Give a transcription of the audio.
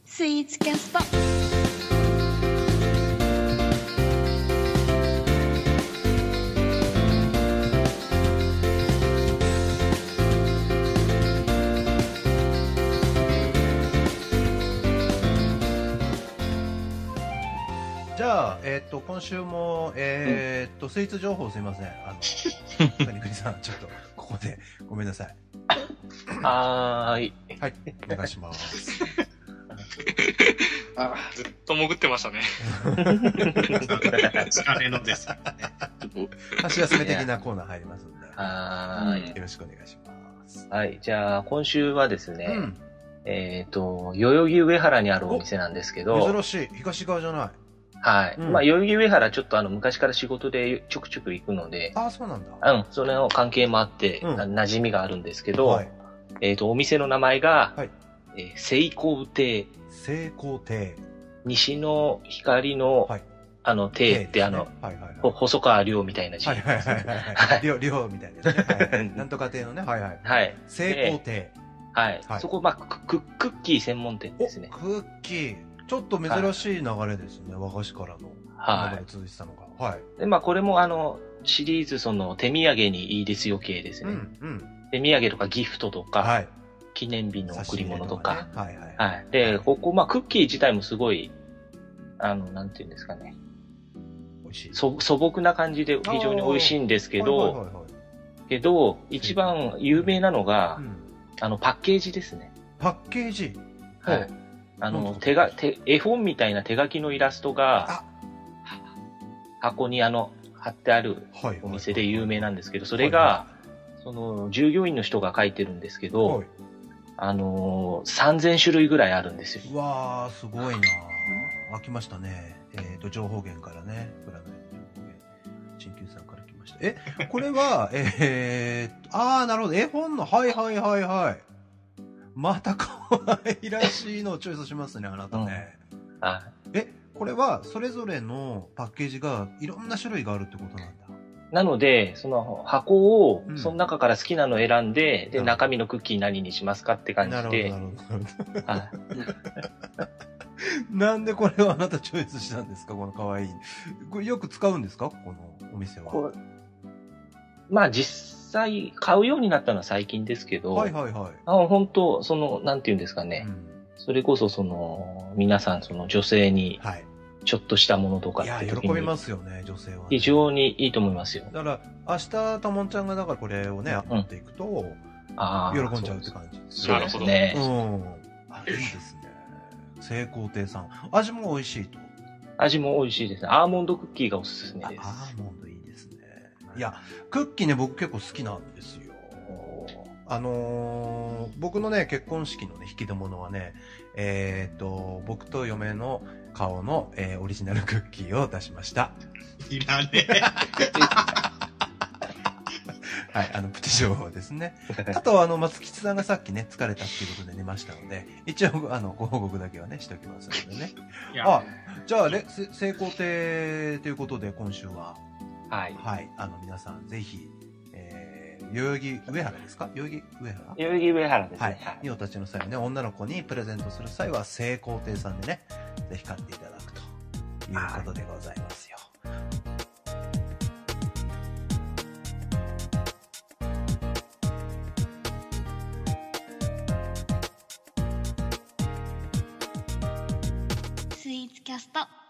スイーツキャスト。 じゃあ、今週も、スイーツ情報すいません。国々さん、ちょっと、ここで、ごめんなさい。 はーい。 はい、お願いします。 ずっと潜ってましたね。 疲れのですね。 箸休め的なコーナー入りますので。 はーい。 よろしくお願いします。 はい。じゃあ、今週はですね、代々木上原にあるお店なんですけど、 珍しい。東側じゃない。 はい。まあ、代々木上原ちょっと昔から仕事でちょくちょく行くので、 あ、そうなんだ。 それの関係もあって、馴染みがあるんですけど、 はい、 お店の名前が、 はい、 成功亭。 成功亭。 西の光の、 はい、 亭って細川亮みたいな字。 はいはいはいはい。亮みたいなね。はい、なんとか亭のね。はいはい。はい。成功亭。 はい。そこ、まあ、クッキー専門店ですね。 クッキー。ちょっと珍しい流れですね。和菓子からの。はい。続いてたのが。はい。 で、まあ、これもシリーズ、手土産にいいですよ系ですね。手土産とかギフトとか、はい。記念日の贈り物とか。はいはい。はい。で、ここ、まあ、クッキー自体もすごい、なんていうんですかね。 美味しい。 素朴な感じで非常に美味しいんですけど、一番有名なのが、パッケージですね。 パッケージ？ はい。絵本みたいな手書きのイラストが、箱に貼ってあるお店で有名なんですけど、それが、従業員の人が書いてるんですけど、3000種類ぐらいあるんですよ。 うわー、すごいなー。来ましたね。情報源からね。占いの情報源。鍼灸さんから来ました。これは、なるほど。絵本の、はいはいはいはい。また可愛らしいのをチョイスしますね、あなたね。これは、それぞれのパッケージがいろんな種類があるってことなんだ。 なので、その箱を、その中から好きなのを選んで、で、中身のクッキー何にしますかって感じで。なるほど。 なんでこれをあなたチョイスしたんですか、この可愛い。これよく使うんですか、このお店は。 まあ実際買うようになったのは最近ですけど、 はいはいはい。 本当なんていうんですかね。それこそ皆さん女性に、ちょっとしたものとかって時に。 喜びますよね、女性は、 非常にいいと思いますよ。 だから、明日、たもんちゃんがだからこれをね、持っていくと、喜んじゃうって感じですね。そうですね。 いいですね。成功亭さん。味も美味しいと。 味も美味しいですね。アーモンドクッキーがおすすめです。 アーモンドいいですね。いや、クッキーね、僕結構好きなんですよ。僕のね、結婚式のね、引き出物はね、僕と嫁の顔の、オリジナルクッキーを出しました。 いらねえ。 はい、プチ情報ですね。あと、松吉さんがさっきね、疲れたっていうことで寝ましたので、一応、ご報告だけはね、しておきますのでね。じゃあ、成功亭ということで、今週は。はい。はい、皆さん、ぜひ、代々木上原ですか？代々木上原？ 代々木上原ですね。 はい。にお立ちの際はね、女の子にプレゼントする際は、成功亭さんでね、ぜひ買っていただくということでございますよ。 スイーツキャスト。